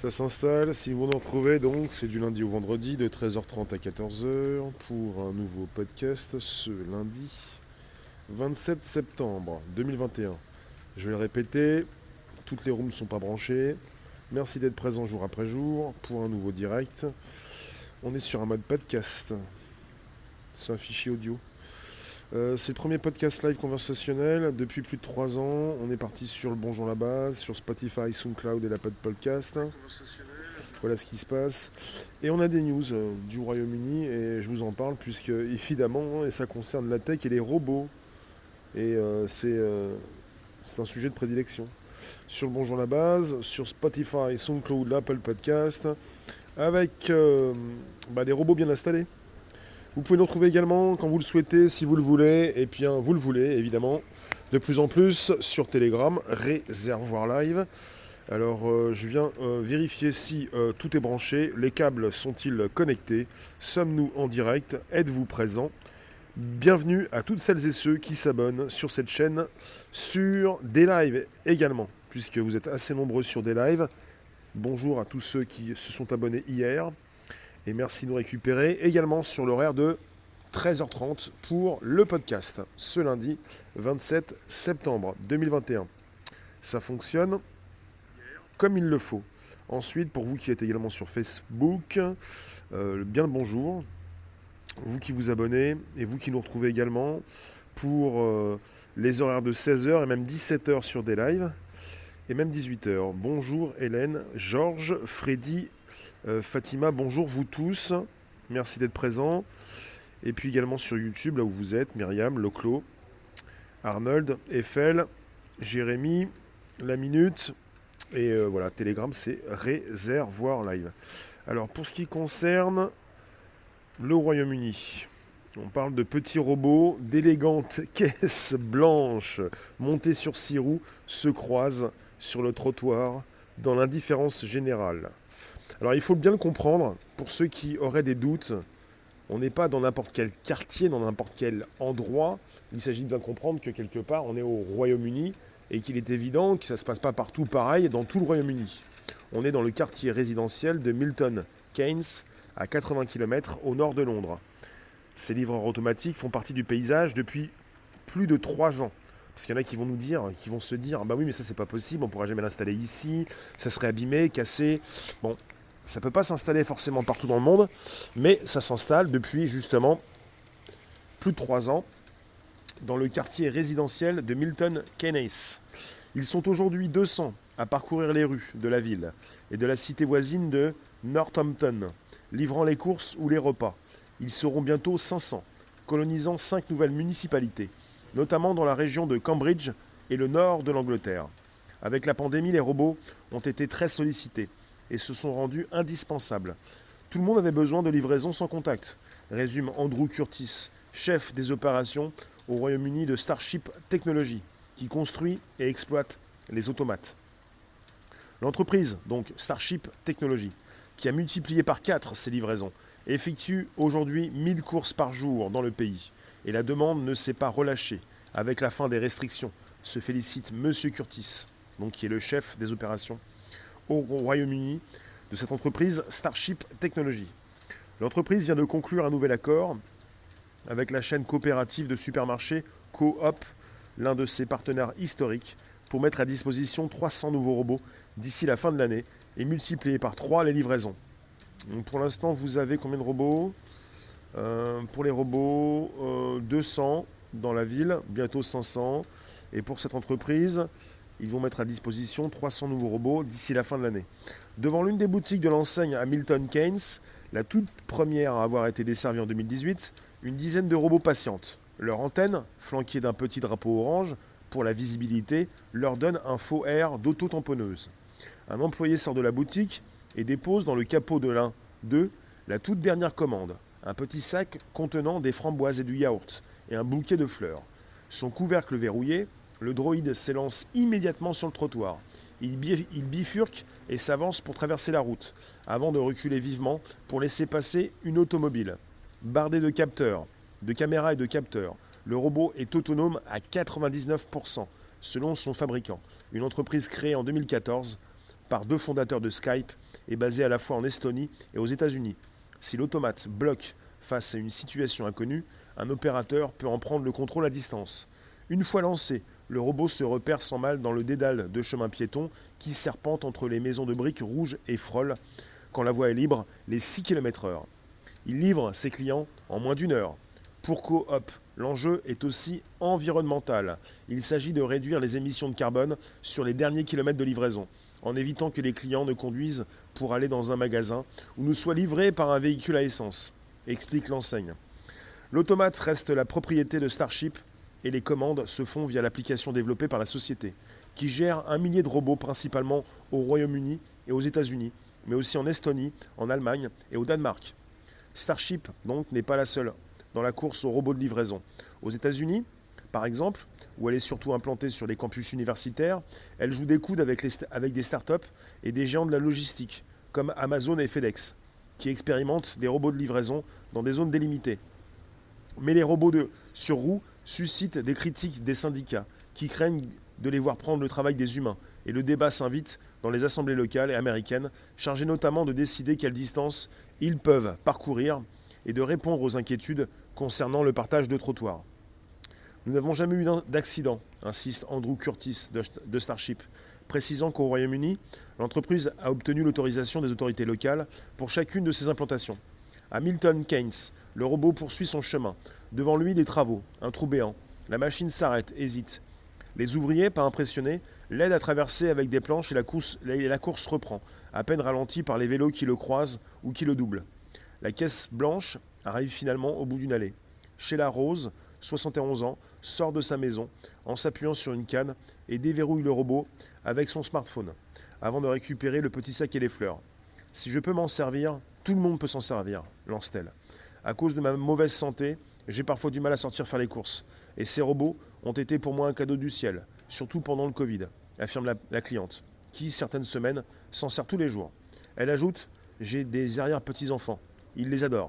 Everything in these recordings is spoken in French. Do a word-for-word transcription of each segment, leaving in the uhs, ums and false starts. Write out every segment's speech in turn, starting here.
Ça s'installe, si vous nous retrouvez donc, c'est du lundi au vendredi de treize heures trente à quatorze heures pour un nouveau podcast ce lundi vingt-sept septembre deux mille vingt et un. Je vais le répéter, toutes les rooms ne sont pas branchées. Merci d'être présent jour après jour pour un nouveau direct. On est sur un mode podcast. C'est un fichier audio. Euh, c'est le premier podcast live conversationnel depuis plus de trois ans. On est parti sur le Bonjour la base, sur Spotify, SoundCloud et la Pod Podcast. Voilà ce qui se passe. Et on a des news euh, du Royaume-Uni et je vous en parle puisque évidemment, et ça concerne la tech et les robots. Et euh, c'est euh, c'est un sujet de prédilection. Sur le Bonjour la base, sur Spotify, SoundCloud, l'Apple Podcast, avec euh, bah, des robots bien installés. Vous pouvez nous retrouver également quand vous le souhaitez, si vous le voulez, et bien vous le voulez évidemment, de plus en plus sur Telegram, Réservoir Live. Alors euh, je viens euh, vérifier si euh, tout est branché, les câbles sont-ils connectés, sommes-nous en direct, êtes-vous présents? Bienvenue à toutes celles et ceux qui s'abonnent sur cette chaîne, sur des lives également, puisque vous êtes assez nombreux sur des lives. Bonjour à tous ceux qui se sont abonnés hier. Et merci de nous récupérer également sur l'horaire de treize heures trente pour le podcast, ce lundi vingt-sept septembre deux mille vingt et un. Ça fonctionne comme il le faut. Ensuite, pour vous qui êtes également sur Facebook, euh, bien le bonjour. Vous qui vous abonnez et vous qui nous retrouvez également pour euh, les horaires de seize heures et même dix-sept heures sur des lives et même dix-huit heures. Bonjour Hélène, Georges, Freddy, Euh, Fatima, bonjour vous tous, merci d'être présents. Et puis également sur YouTube, là où vous êtes, Myriam, Loclo, Arnold, Eiffel, Jérémy, La Minute, et euh, voilà, Telegram, c'est Réservoir Live. Alors pour ce qui concerne le Royaume-Uni, on parle de petits robots, d'élégantes caisses blanches montées sur six roues se croisent sur le trottoir dans l'indifférence générale. Alors il faut bien le comprendre, pour ceux qui auraient des doutes, on n'est pas dans n'importe quel quartier, dans n'importe quel endroit. Il s'agit de bien comprendre que quelque part on est au Royaume-Uni et qu'il est évident que ça ne se passe pas partout pareil dans tout le Royaume-Uni. On est dans le quartier résidentiel de Milton Keynes, à quatre-vingts kilomètres au nord de Londres. Ces livreurs automatiques font partie du paysage depuis plus de trois ans. Parce qu'il y en a qui vont nous dire, qui vont se dire, bah oui mais ça c'est pas possible, on ne pourra jamais l'installer ici, ça serait abîmé, cassé. Bon, ça ne peut pas s'installer forcément partout dans le monde, mais ça s'installe depuis justement plus de trois ans dans le quartier résidentiel de Milton Keynes. Ils sont aujourd'hui deux cents à parcourir les rues de la ville et de la cité voisine de Northampton, livrant les courses ou les repas. Ils seront bientôt cinq cents, colonisant cinq nouvelles municipalités, notamment dans la région de Cambridge et le nord de l'Angleterre. Avec la pandémie, les robots ont été très sollicités et se sont rendus indispensables. Tout le monde avait besoin de livraison sans contact, résume Andrew Curtis, chef des opérations au Royaume-Uni de Starship Technology, qui construit et exploite les automates. L'entreprise, donc Starship Technology, qui a multiplié par quatre ses livraisons, effectue aujourd'hui mille courses par jour dans le pays. Et la demande ne s'est pas relâchée avec la fin des restrictions, se félicite Monsieur Curtis, donc qui est le chef des opérations au Royaume-Uni de cette entreprise Starship Technology. L'entreprise vient de conclure un nouvel accord avec la chaîne coopérative de supermarchés Coop, l'un de ses partenaires historiques, pour mettre à disposition trois cents nouveaux robots d'ici la fin de l'année et multiplier par trois les livraisons. Donc pour l'instant, vous avez combien de robots ? euh, Pour les robots, euh, deux cents dans la ville, bientôt cinq cents. Et pour cette entreprise, ils vont mettre à disposition trois cents nouveaux robots d'ici la fin de l'année. Devant l'une des boutiques de l'enseigne à Milton Keynes, la toute première à avoir été desservie en deux mille dix-huit, une dizaine de robots patientent. Leur antenne, flanquée d'un petit drapeau orange, pour la visibilité, leur donne un faux air d'auto-tamponneuse. Un employé sort de la boutique et dépose dans le capot de l'un d'eux la toute dernière commande, un petit sac contenant des framboises et du yaourt, et un bouquet de fleurs. Son couvercle verrouillé, le droïde s'élance immédiatement sur le trottoir. Il, bif- il bifurque et s'avance pour traverser la route, avant de reculer vivement pour laisser passer une automobile. Bardé de capteurs, de caméras et de capteurs, le robot est autonome à quatre-vingt-dix-neuf pour cent, selon son fabricant, une entreprise créée en deux mille quatorze par deux fondateurs de Skype est basé à la fois en Estonie et aux États-Unis. Si l'automate bloque face à une situation inconnue, un opérateur peut en prendre le contrôle à distance. Une fois lancé, le robot se repère sans mal dans le dédale de chemin piéton qui serpente entre les maisons de briques rouges et frôle, quand la voie est libre, les six kilomètres heure. Il livre ses clients en moins d'une heure. Pour Coop, l'enjeu est aussi environnemental. Il s'agit de réduire les émissions de carbone sur les derniers kilomètres de livraison, en évitant que les clients ne conduisent pour aller dans un magasin ou ne soient livrés par un véhicule à essence, explique l'enseigne. L'automate reste la propriété de Starship et les commandes se font via l'application développée par la société, qui gère un millier de robots principalement au Royaume-Uni et aux États-Unis, mais aussi en Estonie, en Allemagne et au Danemark. Starship, donc, n'est pas la seule dans la course aux robots de livraison. Aux États-Unis, par exemple, où elle est surtout implantée sur les campus universitaires, elle joue des coudes avec, les, avec des startups et des géants de la logistique, comme Amazon et FedEx, qui expérimentent des robots de livraison dans des zones délimitées. Mais les robots de, sur roues suscitent des critiques des syndicats, qui craignent de les voir prendre le travail des humains, et le débat s'invite dans les assemblées locales et américaines, chargées notamment de décider quelle distance ils peuvent parcourir et de répondre aux inquiétudes concernant le partage de trottoirs. Nous n'avons jamais eu d'accident, insiste Andrew Curtis de Starship, précisant qu'au Royaume-Uni, l'entreprise a obtenu l'autorisation des autorités locales pour chacune de ses implantations. À Milton Keynes, le robot poursuit son chemin. Devant lui, des travaux, un trou béant. La machine s'arrête, hésite. Les ouvriers, pas impressionnés, l'aident à traverser avec des planches et la course, et la course reprend, à peine ralentie par les vélos qui le croisent ou qui le doublent. La caisse blanche arrive finalement au bout d'une allée. Sheila Rose, soixante et onze ans, sort de sa maison en s'appuyant sur une canne et déverrouille le robot avec son smartphone, avant de récupérer le petit sac et les fleurs. « Si je peux m'en servir, tout le monde peut s'en servir », lance-t-elle. « À cause de ma mauvaise santé, j'ai parfois du mal à sortir faire les courses. Et ces robots ont été pour moi un cadeau du ciel, surtout pendant le Covid », affirme la, la cliente, qui, certaines semaines, s'en sert tous les jours. Elle ajoute « J'ai des arrière-petits-enfants. Ils les adorent. »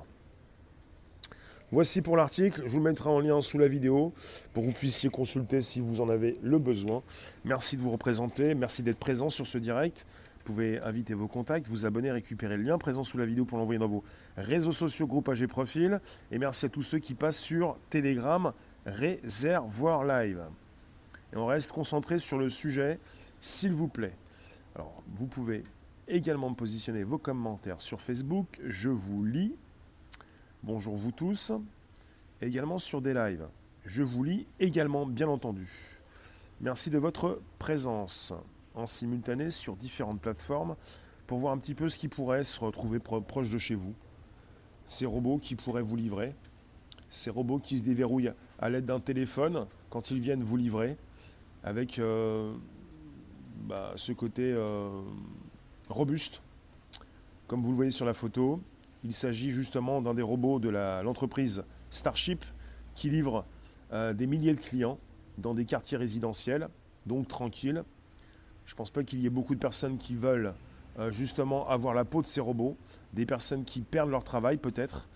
Voici pour l'article, je vous le mettrai en lien sous la vidéo pour que vous puissiez consulter si vous en avez le besoin. Merci de vous représenter, merci d'être présent sur ce direct. Vous pouvez inviter vos contacts, vous abonner, récupérer le lien présent sous la vidéo pour l'envoyer dans vos réseaux sociaux, groupes, pages et profils. Et merci à tous ceux qui passent sur Telegram, Réservoir Live. Et on reste concentré sur le sujet, s'il vous plaît. Alors, vous pouvez également me positionner vos commentaires sur Facebook, je vous lis. Bonjour vous tous. Et également sur des lives. Je vous lis également, bien entendu. Merci de votre présence en simultané sur différentes plateformes pour voir un petit peu ce qui pourrait se retrouver pro- proche de chez vous. Ces robots qui pourraient vous livrer. Ces robots qui se déverrouillent à l'aide d'un téléphone quand ils viennent vous livrer. Avec euh, bah, ce côté euh, robuste. Comme vous le voyez sur la photo. Il s'agit justement d'un des robots de la, l'entreprise Starship qui livre euh, des milliers de clients dans des quartiers résidentiels, donc tranquilles. Je ne pense pas qu'il y ait beaucoup de personnes qui veulent euh, justement avoir la peau de ces robots, des personnes qui perdent leur travail peut-être.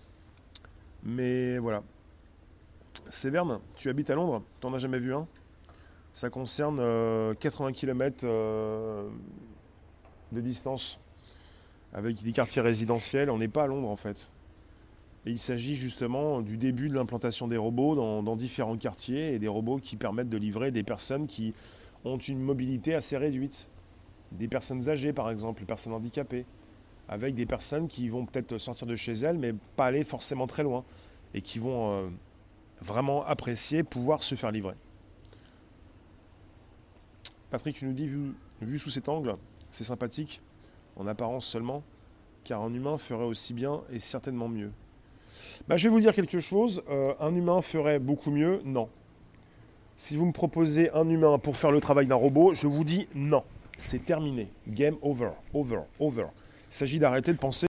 Mais voilà. Séverne, tu habites à Londres, tu n'en as jamais vu un. Ça concerne euh, quatre-vingts kilomètres euh, de distance. Avec des quartiers résidentiels, on n'est pas à Londres en fait. Et il s'agit justement du début de l'implantation des robots dans, dans différents quartiers et des robots qui permettent de livrer des personnes qui ont une mobilité assez réduite. Des personnes âgées par exemple, des personnes handicapées, avec des personnes qui vont peut-être sortir de chez elles mais pas aller forcément très loin et qui vont euh, vraiment apprécier pouvoir se faire livrer. Patrick, tu nous dis, vu, vu sous cet angle, c'est sympathique. En apparence seulement, car un humain ferait aussi bien et certainement mieux. Bah, je vais vous dire quelque chose, euh, un humain ferait beaucoup mieux, non. Si vous me proposez un humain pour faire le travail d'un robot, je vous dis non. C'est terminé. Game over, over, over. Il s'agit d'arrêter de penser